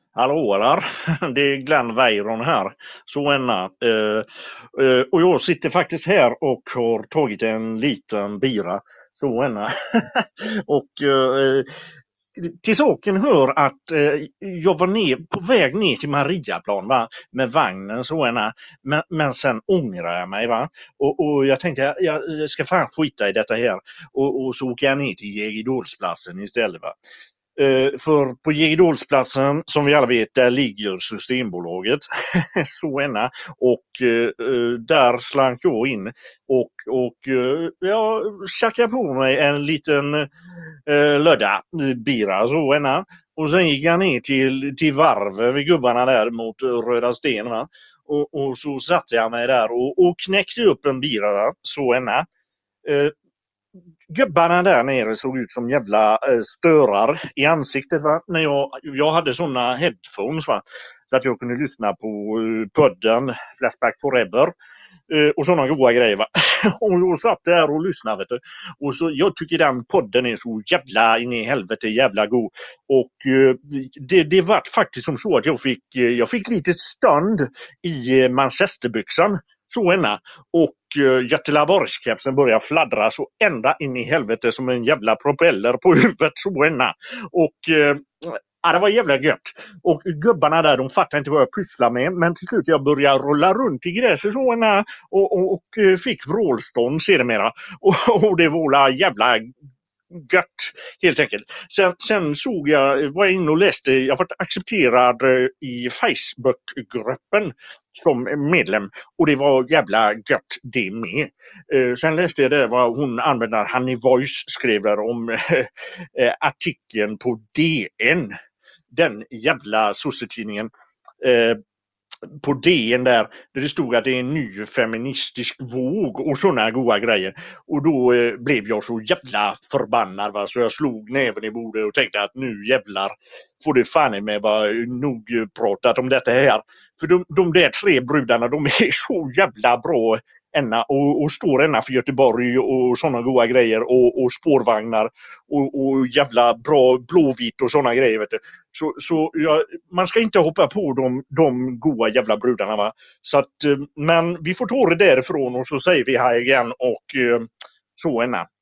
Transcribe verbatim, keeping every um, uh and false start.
Hallå där, det är Glenn Weiron här. Så enna. Eh, eh, och jag sitter faktiskt här och har tagit en liten bira. Så enna. och eh, till saken hör att eh, jag var ner, på väg ner till Mariaplan va, med vagnen så enna. Men, men sen ångrar jag mig va. Och, och jag tänkte jag, jag ska fan skita i detta här. Och, och så åker jag ner till Jägerdalsplatsen istället va. Eh, för på Jägerdalsplatsen, som vi alla vet, där ligger Systembolaget. Såna. Och eh, där slank jag in och, och eh, jag tjackade på mig en liten eh, lödda bira. Såna. Och sen gick jag ner till, till varv vid gubbarna där mot Röda Sten. Va? Och, och så satte jag mig där och, och knäckte upp en bira. Såna. Eh, Gubbarna där nere såg ut som jävla eh, störar i ansiktet va? När jag, jag hade såna headphones va? Så att jag kunde lyssna på eh, podden Flashback Forever eh, och såna goda grejer va? Och jag satt där och lyssnade vet du. Och så, jag tycker den podden är så jävla in i helvete jävla god. Och eh, det, det var faktiskt som så att jag fick, eh, jag fick lite stånd i eh, manchesterbyxan. Så ena. Och uh, Götelaborgskepsen börjar fladdra så ända in i helvete som en jävla propeller på huvudet. Så ena. Och uh, ja, det var jävla gött. Och gubbarna där, de fattar inte vad jag pysslar med. Men till slut jag började rulla runt i gräset så ena. Och, och, och uh, fick vrålstånd sedermera. Och, och det var jävla gött helt enkelt. Sen, sen såg jag, var jag inne och läste, jag var accepterad i Facebookgruppen som medlem och det var jävla gött det med. Eh, sen läste jag det vad hon använder, Honey Voice skrev där om eh, artikeln på D N. Den jävla sossetidningen. Eh, på D N där, där det stod att det är en ny feministisk våg och såna goda grejer. Och då eh, blev jag så jävla förbannad va? Så jag slog näven i bordet och tänkte att nu jävlar får det fan med vara nog pratat om detta här. För de, de där tre brudarna, de är så jävla bra änna och, och står änna för Göteborg och såna goda grejer och, och spårvagnar och, och jävla bra blåvitt och såna grejer vet du. Så, så ja, man ska inte hoppa på de, de goda jävla brudarna va. Så att, men vi får ta det därifrån och så säger vi här igen och så änna.